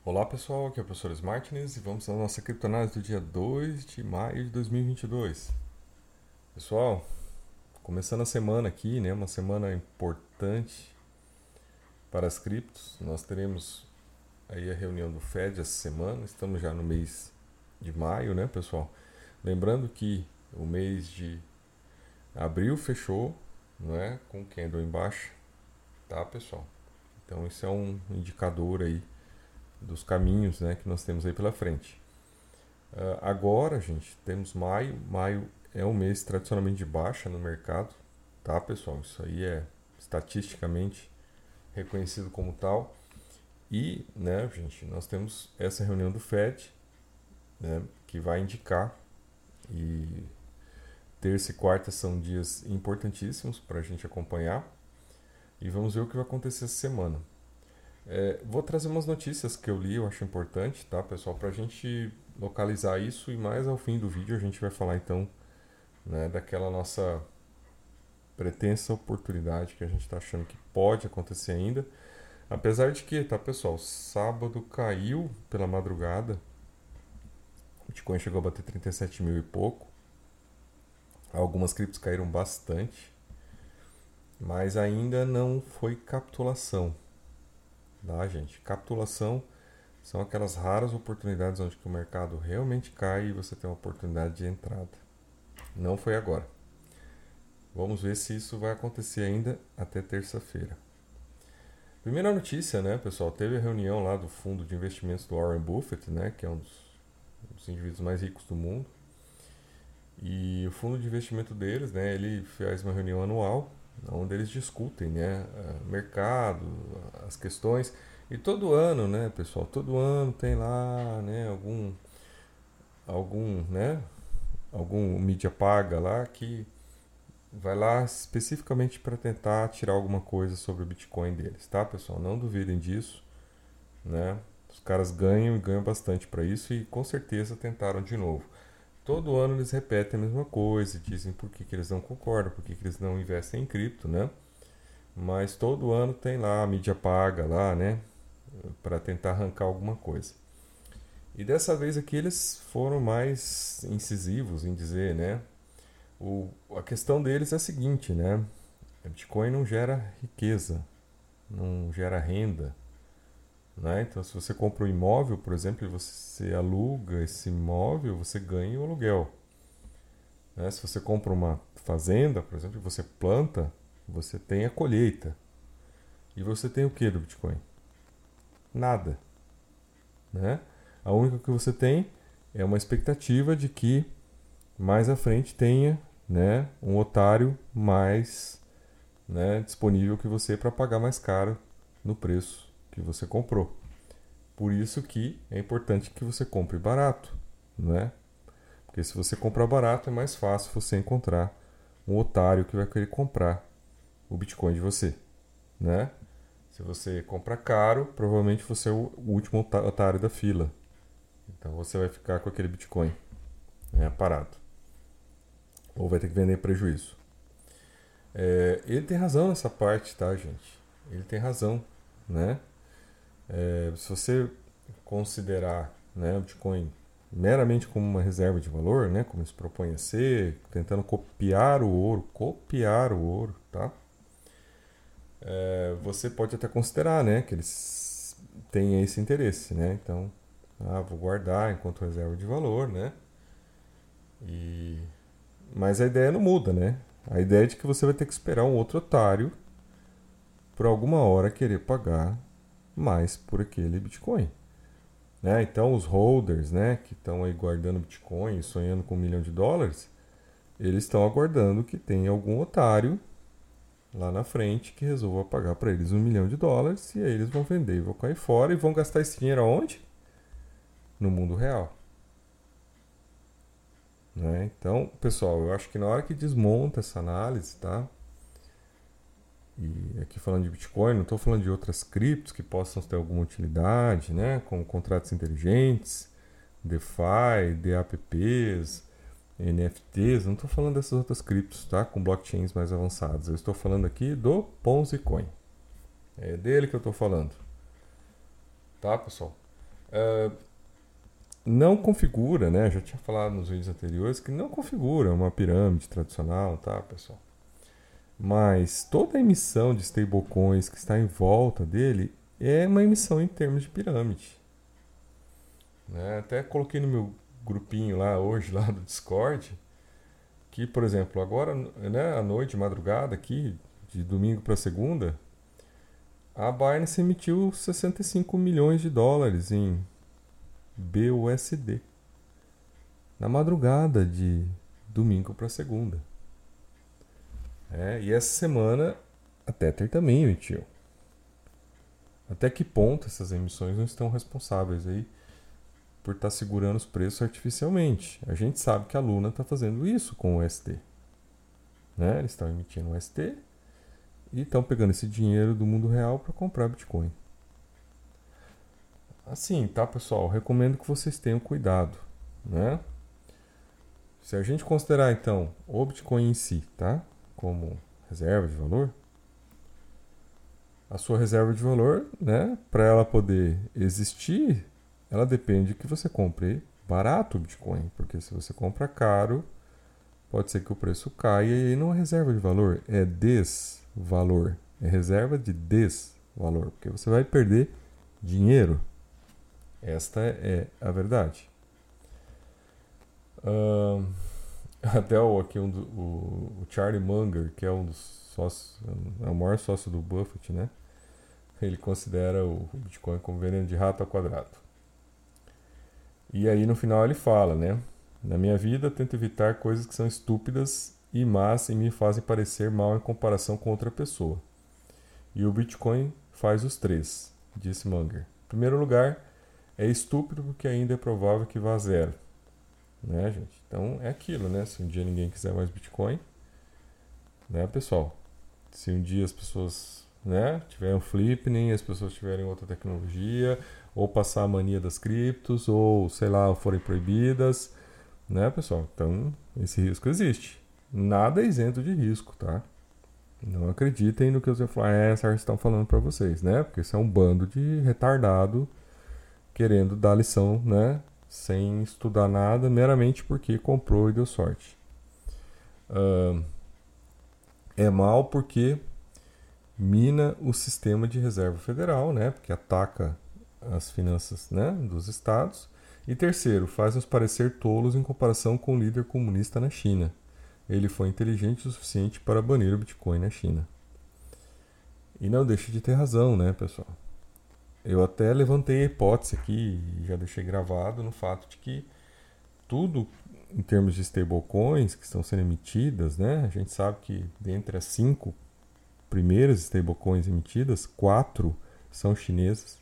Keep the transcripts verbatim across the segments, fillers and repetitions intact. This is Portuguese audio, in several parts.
Olá pessoal, aqui é o professor Smartness e vamos à nossa criptonase do dia dois de maio de dois mil e vinte e dois. Pessoal, começando a semana aqui, né, uma semana importante para as criptos. Nós teremos aí a reunião do Fed essa semana, estamos já no mês de maio, né, pessoal? Lembrando que o mês de abril fechou, não é, com candle em baixa, tá, pessoal? Então isso é um indicador aí dos caminhos, né, que nós temos aí pela frente. Uh, agora, gente, temos maio. Maio é um mês tradicionalmente de baixa no mercado, tá, pessoal? Isso aí é estatisticamente reconhecido como tal. E, né, gente, nós temos essa reunião do Fed, né, que vai indicar. E terça e quarta são dias importantíssimos para a gente acompanhar. E vamos ver o que vai acontecer essa semana. É, vou trazer umas notícias que eu li, eu acho importante, tá, pessoal, para a gente localizar isso e mais ao fim do vídeo a gente vai falar então, né, daquela nossa pretensa oportunidade que a gente está achando que pode acontecer ainda, apesar de que, tá, pessoal, sábado caiu pela madrugada, o Bitcoin chegou a bater trinta e sete mil e pouco, algumas criptos caíram bastante, mas ainda não foi capitulação, tá, gente? Capitulação são aquelas raras oportunidades onde o mercado realmente cai e você tem uma oportunidade de entrada. Não foi agora. Vamos ver se isso vai acontecer ainda até terça-feira. Primeira notícia, né, pessoal? Teve a reunião lá do fundo de investimentos do Warren Buffett, né, que é um dos, um dos indivíduos mais ricos do mundo. E o fundo de investimento deles, né, ele faz uma reunião anual onde eles discutem, né, mercado, as questões. E todo ano, né, pessoal, todo ano tem lá, né, algum, algum, né, algum mídia paga lá que vai lá especificamente para tentar tirar alguma coisa sobre o Bitcoin deles, tá, pessoal? Não duvidem disso, né? Os caras ganham e ganham bastante para isso e com certeza tentaram de novo. Todo ano eles repetem a mesma coisa, dizem por que, que eles não concordam, por que, que eles não investem em cripto, né? Mas todo ano tem lá a mídia paga lá, né? Para tentar arrancar alguma coisa. E dessa vez aqui eles foram mais incisivos em dizer, né? O, a questão deles é a seguinte, né? O Bitcoin não gera riqueza, não gera renda, né? Então, se você compra um imóvel, por exemplo, e você aluga esse imóvel, você ganha o aluguel. Né? Se você compra uma fazenda, por exemplo, e você planta, você tem a colheita. E você tem o que do Bitcoin? Nada, né? A única que você tem é uma expectativa de que mais à frente tenha, né, um otário mais, né, disponível que você para pagar mais caro no preço que você comprou. Por isso que é importante que você compre barato, né? Porque se você comprar barato é mais fácil você encontrar um otário que vai querer comprar o Bitcoin de você, né? Se você comprar caro, provavelmente você é o último otário da fila. Então você vai ficar com aquele Bitcoin, né, parado. Ou vai ter que vender em prejuízo. É, ele tem razão nessa parte, tá, gente? Ele tem razão, né? É, se você considerar, né, o Bitcoin meramente como uma reserva de valor, né, como se propõe a ser, tentando copiar o ouro, copiar o ouro, tá? É, você pode até considerar, né, que eles têm esse interesse, né? Então, ah, vou guardar enquanto reserva de valor, né? E mas a ideia não muda, né? A ideia é de que você vai ter que esperar um outro otário por alguma hora querer pagar mais por aquele Bitcoin. Né? Então os holders, né, que estão aí guardando Bitcoin, sonhando com um milhão de dólares, eles estão aguardando que tenha algum otário lá na frente que resolva pagar para eles um milhão de dólares e aí eles vão vender e vão cair fora e vão gastar esse dinheiro aonde? No mundo real. Né? Então, pessoal, eu acho que na hora que desmonta essa análise, tá? E aqui falando de Bitcoin, não estou falando de outras criptos que possam ter alguma utilidade, né? Como contratos inteligentes, DeFi, D A P Ps, N F Ts, não estou falando dessas outras criptos, tá? Com blockchains mais avançadas. Eu estou falando aqui do Ponzi Coin. É dele que eu estou falando. Tá, pessoal? Uh, não configura, né? Eu já tinha falado nos vídeos anteriores que não configura uma pirâmide tradicional, tá, pessoal? Mas toda a emissão de stablecoins que está em volta dele é uma emissão em termos de pirâmide. Né? Até coloquei no meu grupinho lá hoje, lá do Discord, que, por exemplo, agora, né, à noite, madrugada aqui, de domingo para segunda, a Binance emitiu sessenta e cinco milhões de dólares em B U S D. Na madrugada de domingo para segunda. É, e essa semana a Tether também emitiu. Até que ponto essas emissões não estão responsáveis aí por estar segurando os preços artificialmente? A gente sabe que a Luna está fazendo isso com o U S D. Né? Eles estão emitindo o U S D e estão pegando esse dinheiro do mundo real para comprar Bitcoin. Assim, tá, pessoal? Recomendo que vocês tenham cuidado, né? Se a gente considerar, então, o Bitcoin em si, tá? Como reserva de valor, a sua reserva de valor, né? Para ela poder existir, ela depende que você compre barato o Bitcoin. Porque se você compra caro, pode ser que o preço caia e aí não é reserva de valor, é desvalor. É reserva de desvalor, porque você vai perder dinheiro. Esta é a verdade. Uh, até o, aqui um do, o, o Charlie Munger, que é um dos sócios, é o maior sócio do Buffett, né? Ele considera o Bitcoin como veneno de rato ao quadrado. E aí no final ele fala, né? Na minha vida tento evitar coisas que são estúpidas e más e me fazem parecer mal em comparação com outra pessoa. E o Bitcoin faz os três, disse Munger. Em primeiro lugar, é estúpido porque ainda é provável que vá a zero. Né, gente? Então é aquilo, né? Se um dia ninguém quiser mais Bitcoin, né, pessoal? Se um dia as pessoas, né, tiverem um flipping, as pessoas tiverem outra tecnologia, ou passar a mania das criptos, ou sei lá, forem proibidas, né, pessoal? Então esse risco existe. Nada é isento de risco, tá? Não acreditem no que os influencers estão falando para vocês, né? Porque isso é um bando de retardado querendo dar lição, né? Sem estudar nada, meramente porque comprou e deu sorte. Uh, é mal porque mina o sistema de reserva federal, né? Porque ataca as finanças, né, dos estados. E terceiro, faz-nos parecer tolos em comparação com o líder comunista na China. Ele foi inteligente o suficiente para banir o Bitcoin na China. E não deixa de ter razão, né, pessoal? Eu até levantei a hipótese aqui, e já deixei gravado, no fato de que tudo em termos de stablecoins que estão sendo emitidas, né? A gente sabe que dentre as cinco primeiras stablecoins emitidas, quatro são chinesas.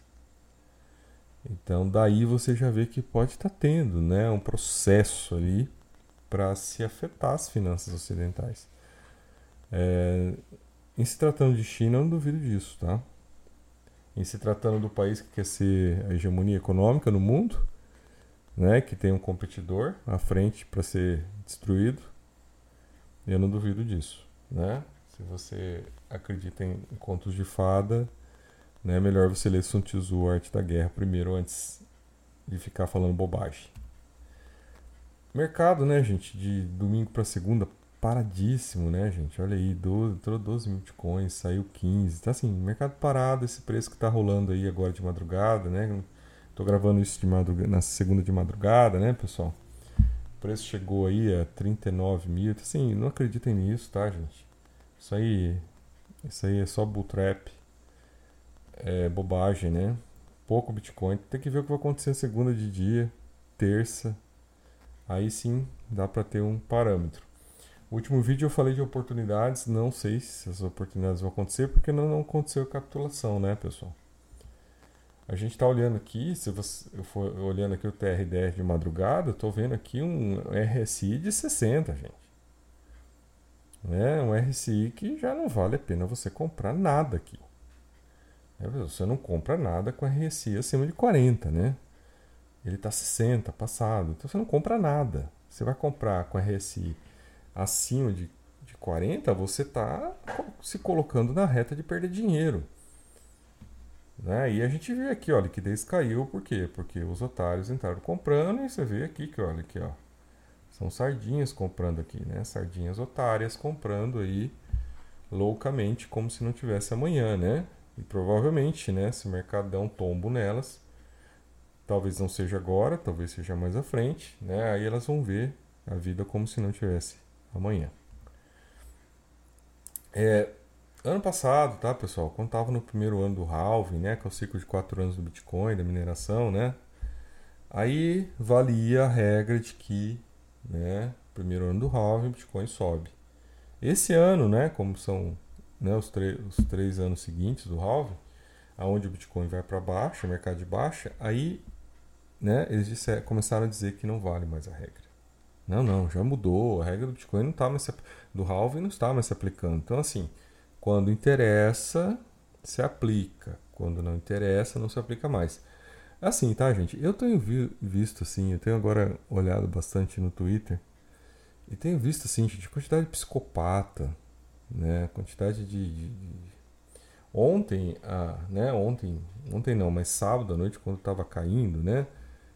Então daí você já vê que pode estar tendo, né, um processo ali para se afetar as finanças ocidentais. É, em se tratando de China, eu não duvido disso, tá? Em se tratando do país que quer ser a hegemonia econômica no mundo, né, que tem um competidor à frente para ser destruído, eu não duvido disso, né? Se você acredita em contos de fada, né, é melhor você ler Sun Tzu, Arte da Guerra, primeiro, antes de ficar falando bobagem. Mercado, né, gente, de domingo para segunda, paradíssimo, né, gente? Olha aí, doze, entrou doze mil bitcoins, saiu quinze. Tá assim, mercado parado, esse preço que tá rolando aí agora de madrugada, né? Tô gravando isso de madrugada, na segunda de madrugada, né, pessoal? O preço chegou aí a trinta e nove mil. Assim, não acreditem nisso, tá, gente? Isso aí, isso aí é só bull trap. É bobagem, né? Pouco Bitcoin. Tem que ver o que vai acontecer segunda de dia, terça. Aí sim dá para ter um parâmetro. No último vídeo eu falei de oportunidades. Não sei se as oportunidades vão acontecer porque não, não aconteceu a capitulação, né, pessoal? A gente está olhando aqui, se você, eu for olhando aqui o T R dez de madrugada, eu estou vendo aqui um R S I de sessenta, gente. Né? Um R S I que já não vale a pena você comprar nada aqui. Você não compra nada com R S I acima de quarenta, né? Ele está sessenta, passado. Então você não compra nada. Você vai comprar com R S I acima de, de quarenta, você está se colocando na reta de perder dinheiro. Né? E a gente vê aqui, ó, a liquidez caiu, por quê? Porque os otários entraram comprando e você vê aqui que, olha aqui, ó, são sardinhas comprando aqui, né? Sardinhas otárias comprando aí loucamente, como se não tivesse amanhã, né? E provavelmente, né, se o mercado der um tombo nelas, talvez não seja agora, talvez seja mais à frente, né? Aí elas vão ver a vida como se não tivesse amanhã. É, ano passado, tá, pessoal, quando estava no primeiro ano do halving, né, que é o ciclo de quatro anos do Bitcoin, da mineração, né, aí valia a regra de que, né, primeiro ano do halving, o Bitcoin sobe. Esse ano, né, como são, né, os, os três anos seguintes do halving, aonde o Bitcoin vai para baixo, o mercado de baixa, aí, né, eles disser, começaram a dizer que não vale mais a regra. Não, não, já mudou, a regra do Bitcoin não tá mais se, do halving não está mais se aplicando. Então, assim, quando interessa, se aplica. Quando não interessa, não se aplica mais. Assim, tá, gente? Eu tenho vi, visto, assim, eu tenho agora olhado bastante no Twitter e tenho visto, assim, de quantidade de psicopata, né? Quantidade de... de, de... Ontem, ah, né? Ontem, ontem não, mas sábado à noite, quando estava caindo, né?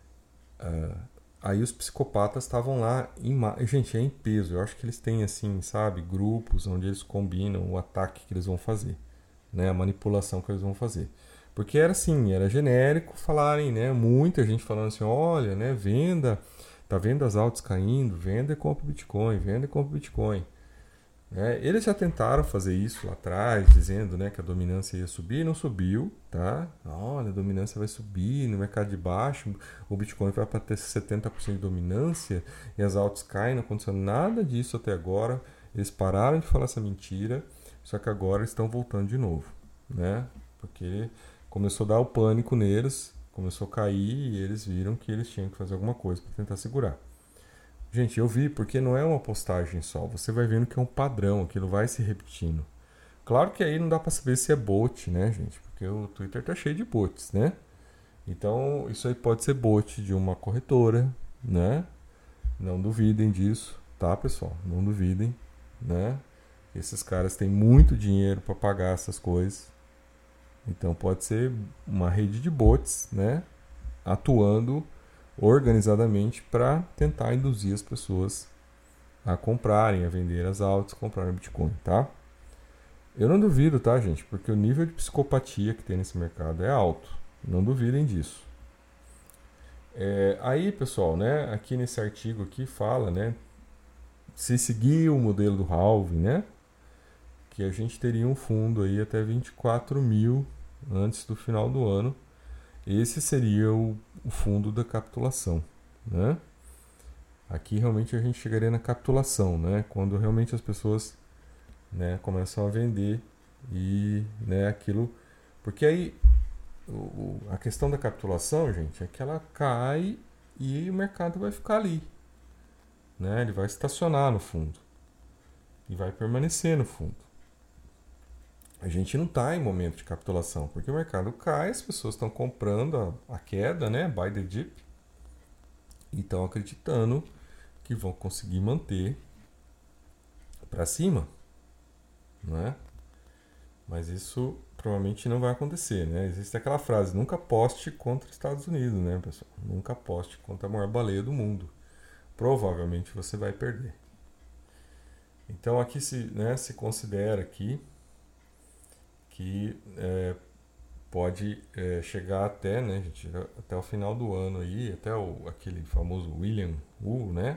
Ah, aí os psicopatas estavam lá em... Gente, é em peso. Eu acho que eles têm, assim, sabe? Grupos onde eles combinam o ataque que eles vão fazer. Né, a manipulação que eles vão fazer. Porque era assim, era genérico falarem, né, muita gente falando assim, olha, né, venda, tá vendo as altas caindo, venda e compra Bitcoin, venda e compra Bitcoin. Né? Eles já tentaram fazer isso lá atrás, dizendo, né, que a dominância ia subir, não subiu, tá? Olha, a dominância vai subir no mercado de baixo, o Bitcoin vai para ter setenta por cento de dominância e as altas caem, não aconteceu nada disso até agora. Eles pararam de falar essa mentira. Só que agora estão voltando de novo, né? Porque começou a dar o pânico neles, começou a cair e eles viram que eles tinham que fazer alguma coisa para tentar segurar. Gente, eu vi porque não é uma postagem só, você vai vendo que é um padrão, aquilo vai se repetindo. Claro que aí não dá para saber se é bot, né, gente? Porque o Twitter tá cheio de bots, né? Então, isso aí pode ser bot de uma corretora, né? Não duvidem disso, tá, pessoal? Não duvidem, né? Esses caras têm muito dinheiro para pagar essas coisas. Então pode ser uma rede de bots, né, atuando organizadamente para tentar induzir as pessoas a comprarem, a vender as altas, comprarem Bitcoin, tá? Eu não duvido, tá, gente? Porque o nível de psicopatia que tem nesse mercado é alto. Não duvidem disso. É, aí, pessoal, né, aqui nesse artigo aqui fala, né, se seguir o modelo do halving, né, que a gente teria um fundo aí até vinte e quatro mil antes do final do ano. Esse seria o, o fundo da capitulação, né? Aqui realmente a gente chegaria na capitulação, né? Quando realmente as pessoas, né, começam a vender e, né, aquilo... Porque aí o, a questão da capitulação, gente, é que ela cai e o mercado vai ficar ali, né? Ele vai estacionar no fundo e vai permanecer no fundo. A gente não está em momento de capitulação, porque o mercado cai, as pessoas estão comprando a, a queda, né? Buy the dip, e estão acreditando que vão conseguir manter para cima, não é? Mas isso provavelmente não vai acontecer, né? Existe aquela frase: nunca aposte contra os Estados Unidos, né, pessoal? Nunca aposte contra a maior baleia do mundo. Provavelmente você vai perder. Então aqui se, né, se considera aqui que é, pode é, chegar até, né, gente, até o final do ano aí, até o, aquele famoso William Wu, né,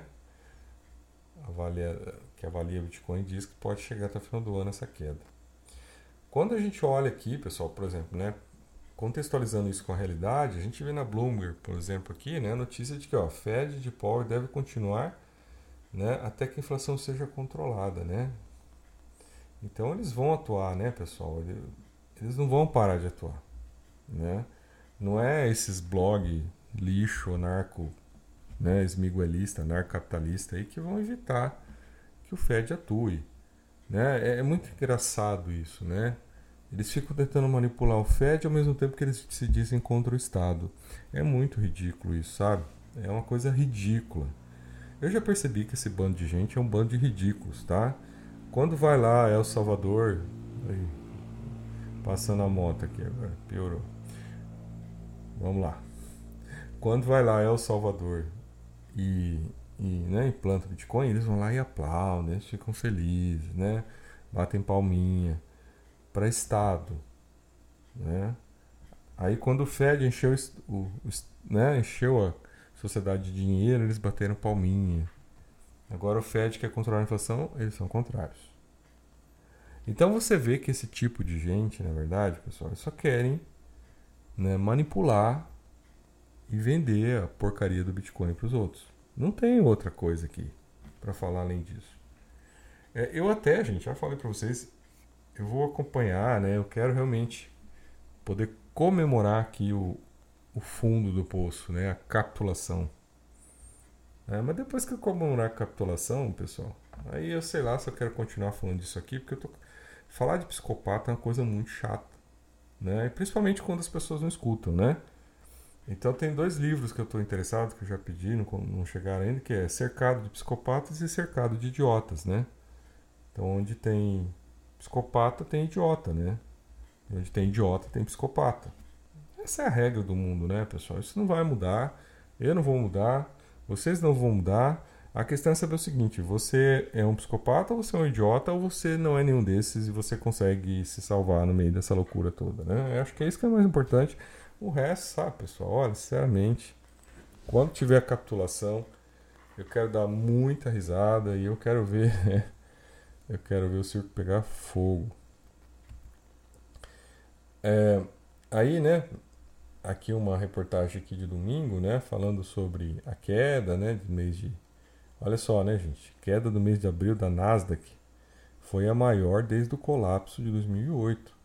avalia, que avalia Bitcoin, diz que pode chegar até o final do ano essa queda. Quando a gente olha aqui, pessoal, por exemplo, né, contextualizando isso com a realidade, a gente vê na Bloomberg, por exemplo, aqui, né, a notícia de que ó, Fed de Powell deve continuar, né, até que a inflação seja controlada, né. Então eles vão atuar, né, pessoal? Eles não vão parar de atuar, né? Não é esses blog lixo, narco, né, esmiguelista, narcocapitalista aí que vão evitar que o Fed atue, né? É, é muito engraçado isso, né? Eles ficam tentando manipular o Fed ao mesmo tempo que eles se dizem contra o Estado. É muito ridículo isso, sabe? É uma coisa ridícula. Eu já percebi que esse bando de gente é um bando de ridículos, tá? Quando vai lá El Salvador, Passando a moto aqui agora, piorou. Vamos lá. Quando vai lá El Salvador e, e né, implanta Bitcoin, eles vão lá e aplaudem, eles ficam felizes, né? Batem palminha para Estado, né? Aí quando o Fed encheu, o, o, né, encheu a sociedade de dinheiro, eles bateram palminha. Agora o Fed quer controlar a inflação, eles são contrários. Então você vê que esse tipo de gente, na verdade, pessoal, eles só querem, né, manipular e vender a porcaria do Bitcoin para os outros. Não tem outra coisa aqui para falar além disso. É, eu até, gente, já falei para vocês, eu vou acompanhar, né? Eu quero realmente poder comemorar aqui o, o fundo do poço, né? A capitulação. É, mas depois que eu comemorar a capitulação, pessoal, aí eu sei lá se eu quero continuar falando disso aqui, porque eu tô... falar de psicopata é uma coisa muito chata, né? E principalmente quando as pessoas não escutam, né? Então tem dois livros que eu estou interessado, que eu já pedi, não, não chegaram ainda, que é Cercado de Psicopatas e Cercado de Idiotas, né? Então onde tem psicopata tem idiota, né? Onde tem idiota tem psicopata. Essa é a regra do mundo, né, pessoal? Isso não vai mudar, eu não vou mudar, vocês não vão mudar. A questão é saber o seguinte, você é um psicopata ou você é um idiota, ou você não é nenhum desses e você consegue se salvar no meio dessa loucura toda, né? Eu acho que é isso que é mais importante. O resto, sabe, pessoal, olha, sinceramente, quando tiver a capitulação, eu quero dar muita risada e eu quero ver, eu quero ver o circo pegar fogo. É, aí, né, aqui uma reportagem aqui de domingo, né, falando sobre a queda, né, do mês de... Olha só, né, gente, queda do mês de abril da Nasdaq foi a maior desde o colapso de dois mil e oito.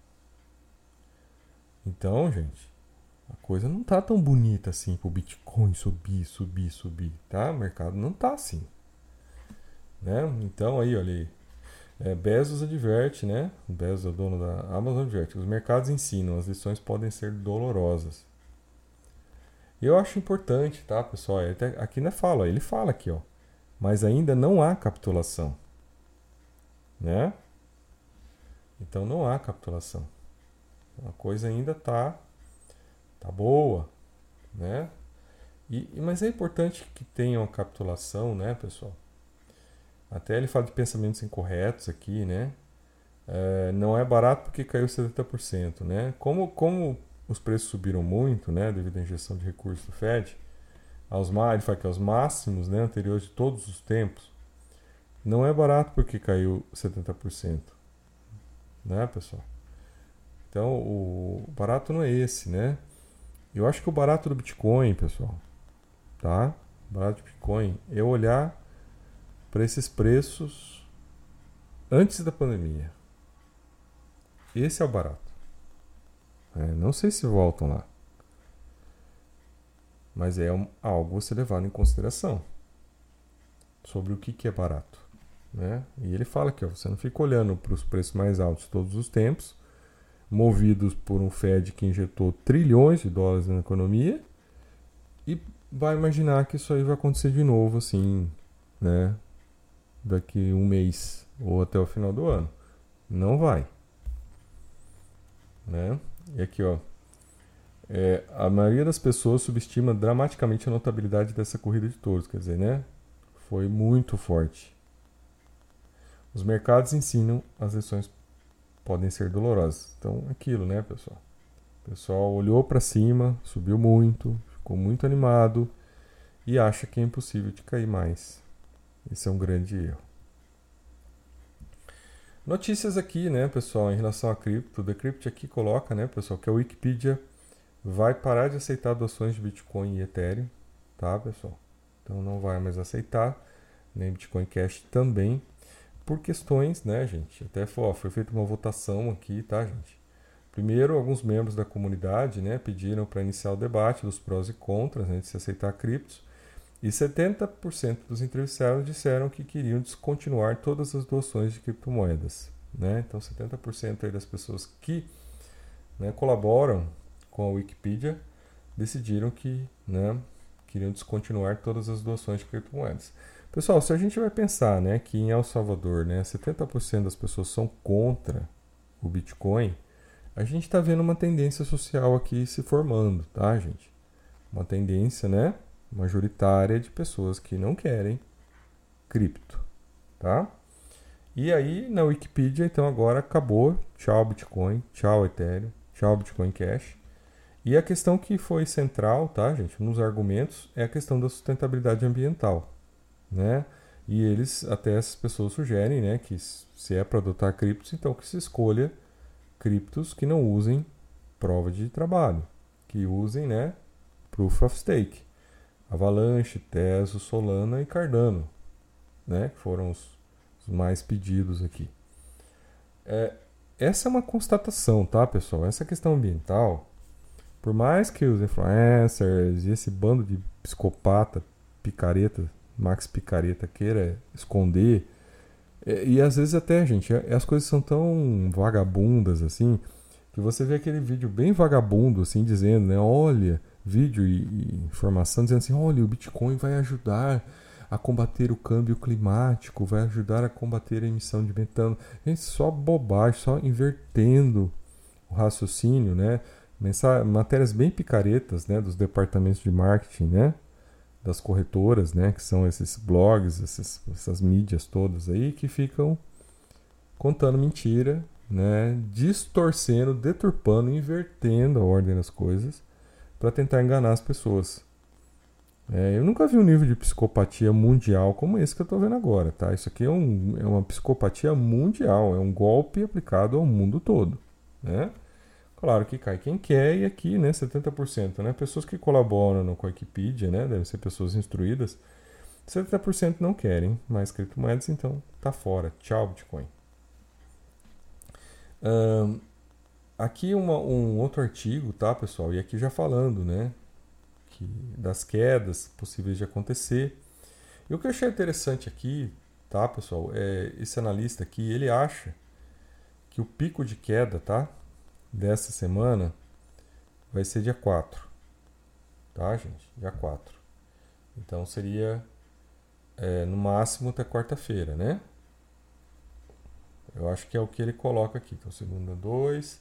Então, gente, a coisa não tá tão bonita assim pro Bitcoin subir, subir, subir, tá? O mercado não tá assim, né? Então aí, olha aí, é, Bezos adverte, né? O Bezos é o dono da Amazon, adverte. Os mercados ensinam, as lições podem ser dolorosas. E eu acho importante, tá, pessoal? Até aqui na fala, ele fala aqui, ó. Mas ainda não há capitulação, né? Então não há capitulação. A coisa ainda tá, tá boa, né? E, mas é importante que tenha uma capitulação, né, pessoal? Até ele fala de pensamentos incorretos aqui, né? É, não é barato porque caiu setenta por cento, né? Como, como os preços subiram muito, né, devido à injeção de recursos do Fed, aos, ele fala que aos máximos, né, anteriores de todos os tempos, não é barato porque caiu setenta por cento, né, pessoal? Então, o barato não é esse, né? Eu acho que o barato do Bitcoin, pessoal, tá? O barato do Bitcoin é olhar para esses preços antes da pandemia. Esse é o barato. É, não sei se voltam lá. Mas é um, algo a ser levado em consideração sobre o que, que é barato, né? E ele fala que ó, você não fica olhando para os preços mais altos todos os tempos, movidos por um Fed que injetou trilhões de dólares na economia e vai imaginar que isso aí vai acontecer de novo, assim, né? Daqui um mês ou até o final do ano. Não vai. Né? E aqui, ó. É, a maioria das pessoas subestima dramaticamente a notabilidade dessa corrida de touros, quer dizer, né? Foi muito forte. Os mercados ensinam, as lições podem ser dolorosas. Então, aquilo, né, pessoal? O pessoal olhou para cima, subiu muito, ficou muito animado e acha que é impossível de cair mais. Esse é um grande erro. Notícias aqui, né, pessoal, em relação a cripto. O Decrypt aqui coloca, né, pessoal, que a Wikipedia vai parar de aceitar doações de Bitcoin e Ethereum, tá, pessoal? Então não vai mais aceitar, nem Bitcoin Cash também, por questões, né, gente? Até foi, ó, foi feita uma votação aqui, tá, gente? Primeiro, alguns membros da comunidade, né, pediram para iniciar o debate dos prós e contras, né, de se aceitar criptos, e setenta por cento dos entrevistados disseram que queriam descontinuar todas as doações de criptomoedas, né? Então, setenta por cento aí das pessoas que, né, colaboram com a Wikipedia decidiram que, né, queriam descontinuar todas as doações de criptomoedas. Pessoal, se a gente vai pensar, né, que em El Salvador, né, setenta por cento das pessoas são contra o Bitcoin, a gente está vendo uma tendência social aqui se formando, tá, gente? Uma tendência, né, majoritária de pessoas que não querem cripto, tá? E aí, na Wikipedia, então agora acabou. Tchau Bitcoin, tchau Ethereum, tchau Bitcoin Cash. E a questão que foi central, tá, gente, nos argumentos, é a questão da sustentabilidade ambiental, né? E eles, até essas pessoas sugerem, né, que se é para adotar criptos, então que se escolha criptos que não usem prova de trabalho, que usem, né, Proof of Stake. Avalanche, Tezos, Solana e Cardano, né, que foram os, os mais pedidos aqui. É, essa é uma constatação, tá, pessoal? Essa questão ambiental, por mais que os influencers e esse bando de psicopata, picareta, Max Picareta queira esconder, e, e às vezes até, gente, as coisas são tão vagabundas assim, que você vê aquele vídeo bem vagabundo, assim, dizendo, né, olha, vídeo e, e informação dizendo assim, olha, o Bitcoin vai ajudar a combater o câmbio climático, vai ajudar a combater a emissão de metano. Gente, só bobagem, só invertendo o raciocínio, né? Mensa- matérias bem picaretas, né, dos departamentos de marketing, né, das corretoras, né, que são esses blogs, esses, essas mídias todas aí que ficam contando mentira, né, distorcendo, deturpando, invertendo a ordem das coisas para tentar enganar as pessoas. É, eu nunca vi um nível de psicopatia mundial como esse que eu estou vendo agora, tá? Isso aqui é, um, é uma psicopatia mundial, é um golpe aplicado ao mundo todo, né? Claro que cai quem quer e aqui, né, setenta por cento, né? Pessoas que colaboram no Wikipedia, né, devem ser pessoas instruídas. setenta por cento não querem mais criptomoedas, então tá fora. Tchau, Bitcoin. Um, aqui uma, um outro artigo, tá, pessoal? E aqui já falando, né, que das quedas possíveis de acontecer. E o que eu achei interessante aqui, tá, pessoal, é esse analista aqui, ele acha que o pico de queda, tá, dessa semana vai ser dia quatro, tá, gente? Dia quatro. Então seria é, no máximo até quarta-feira, né? Eu acho que é o que ele coloca aqui. Então segunda dois,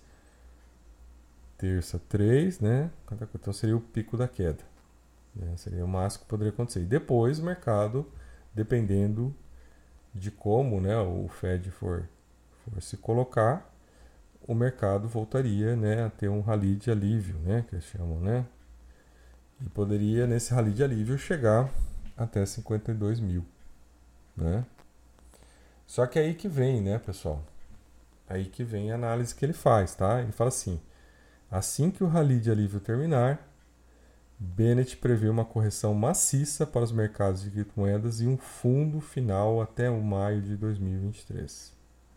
terça três, né? Então seria o pico da queda, né? Seria o máximo que poderia acontecer. E depois o mercado, dependendo de como, né, o Fed for, for se colocar, o mercado voltaria, né, a ter um rally de alívio, né, que eles chamam, né? E poderia, nesse rally de alívio, chegar até cinquenta e dois mil, né? Só que aí que vem, né, pessoal? Aí que vem a análise que ele faz, tá? Ele fala assim, assim que o rally de alívio terminar, Bennett prevê uma correção maciça para os mercados de criptomoedas e um fundo final até o maio de dois mil e vinte e três.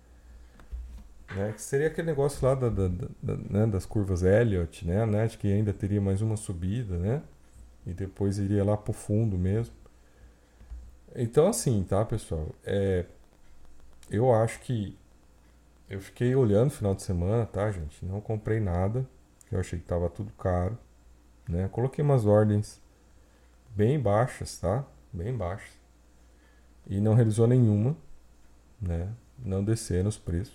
Né? Que seria aquele negócio lá da, da, da, né, das curvas Elliott, né? né? De que ainda teria mais uma subida, né? E depois iria lá pro fundo mesmo. Então assim, tá, pessoal? É, eu acho que eu fiquei olhando no final de semana, tá, gente? Não comprei nada, eu achei que tava tudo caro, né? Coloquei umas ordens bem baixas, tá? Bem baixas. E não realizou nenhuma, né? Não desceram os preços.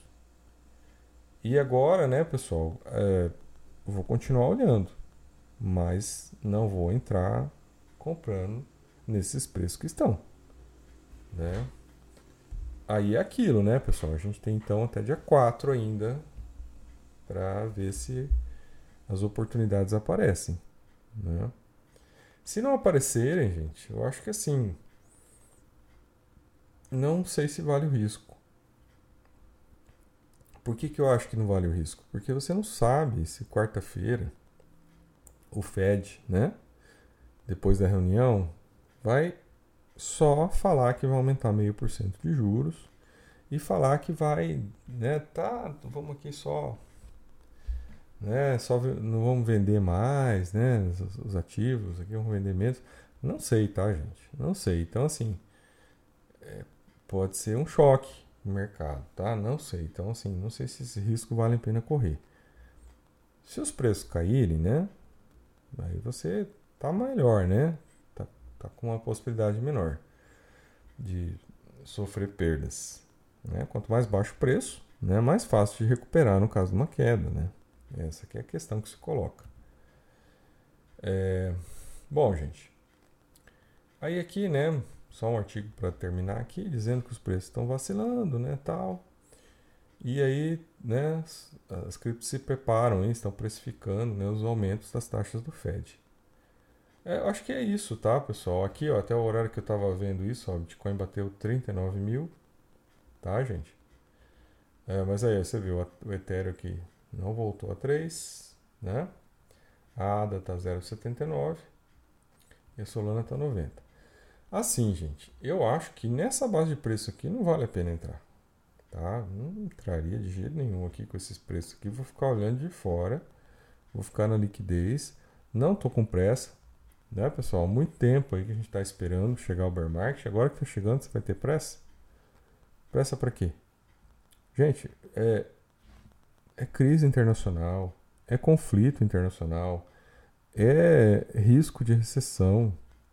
E agora, né, pessoal, é, vou continuar olhando, mas não vou entrar comprando nesses preços que estão, né? Aí é aquilo, né, pessoal? A gente tem então até dia quatro ainda para ver se as oportunidades aparecem, né? Se não aparecerem, gente, eu acho que assim, não sei se vale o risco. Por que que eu acho que não vale o risco? Porque você não sabe se quarta-feira o Fed, né, depois da reunião, vai só falar que vai aumentar meio por cento de juros e falar que vai, né, tá, vamos aqui só, né, só não vamos vender mais, né, os, os ativos aqui vamos vender menos. Não sei, tá, gente? Não sei. Então, assim, é, pode ser um choque no mercado, tá? Não sei. Então, assim, não sei se esse risco vale a pena correr. Se os preços caírem, né, aí você tá melhor, né? Tá, tá com uma possibilidade menor de sofrer perdas, né? Quanto mais baixo o preço, né, mais fácil de recuperar no caso de uma queda, né? Essa aqui é a questão que se coloca. É... Bom, gente. Aí aqui, né, só um artigo para terminar aqui, dizendo que os preços estão vacilando, né, tal. E aí, né, as, as criptos se preparam, hein, estão precificando, né, os aumentos das taxas do Fed. É, eu acho que é isso, tá, pessoal? Aqui, ó, até o horário que eu estava vendo isso, ó, o Bitcoin bateu trinta e nove mil, tá, gente? É, mas aí, você viu, o Ethereum aqui não voltou a três, né? A A D A tá zero vírgula setenta e nove e a Solana tá noventa. Assim, gente, eu acho que nessa base de preço aqui não vale a pena entrar, tá? Não entraria de jeito nenhum aqui com esses preços aqui. Vou ficar olhando de fora, vou ficar na liquidez. Não tô com pressa, né, pessoal? Muito tempo aí que a gente está esperando chegar o bear market. Agora que está chegando, você vai ter pressa? Pressa para quê? Gente, é, é crise internacional, é conflito internacional, é risco de recessão,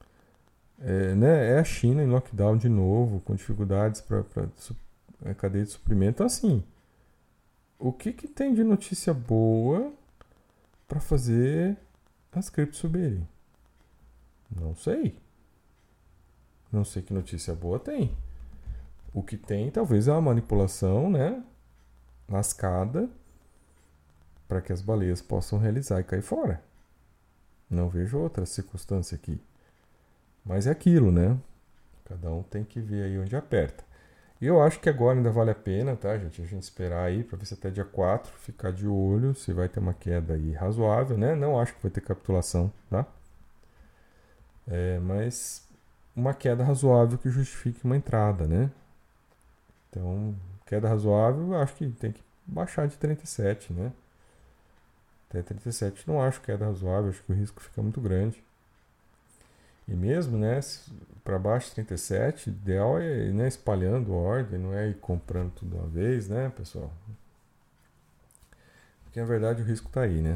é, né, é a China em lockdown de novo, com dificuldades para a cadeia de suprimento. Então, assim, o que, que tem de notícia boa para fazer as criptos subirem? Não sei. Não sei que notícia boa tem. O que tem talvez é uma manipulação, né, lascada para que as baleias possam realizar e cair fora. Não vejo outra circunstância aqui. Mas é aquilo, né? Cada um tem que ver aí onde aperta. E eu acho que agora ainda vale a pena, tá, gente? A gente esperar aí para ver se até dia quatro ficar de olho se vai ter uma queda aí razoável, né? Não acho que vai ter capitulação, tá? É, mas uma queda razoável que justifique uma entrada, né? Então, queda razoável, eu acho que tem que baixar de trinta e sete, né? Até trinta e sete não acho queda razoável, acho que o risco fica muito grande. E mesmo, né, para baixo de trinta e sete, o ideal é ir, né, espalhando ordem, não é ir comprando tudo de uma vez, né, pessoal? Porque na verdade o risco está aí, né?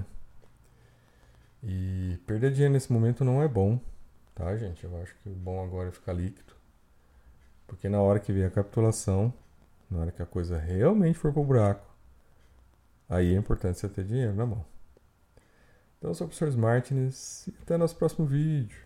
E perder dinheiro nesse momento não é bom, tá, gente? Eu acho que o bom agora é ficar líquido. Porque na hora que vier a capitulação, na hora que a coisa realmente for pro buraco, aí é importante você ter dinheiro na mão. Então, eu sou o professor Martins e até nosso próximo vídeo.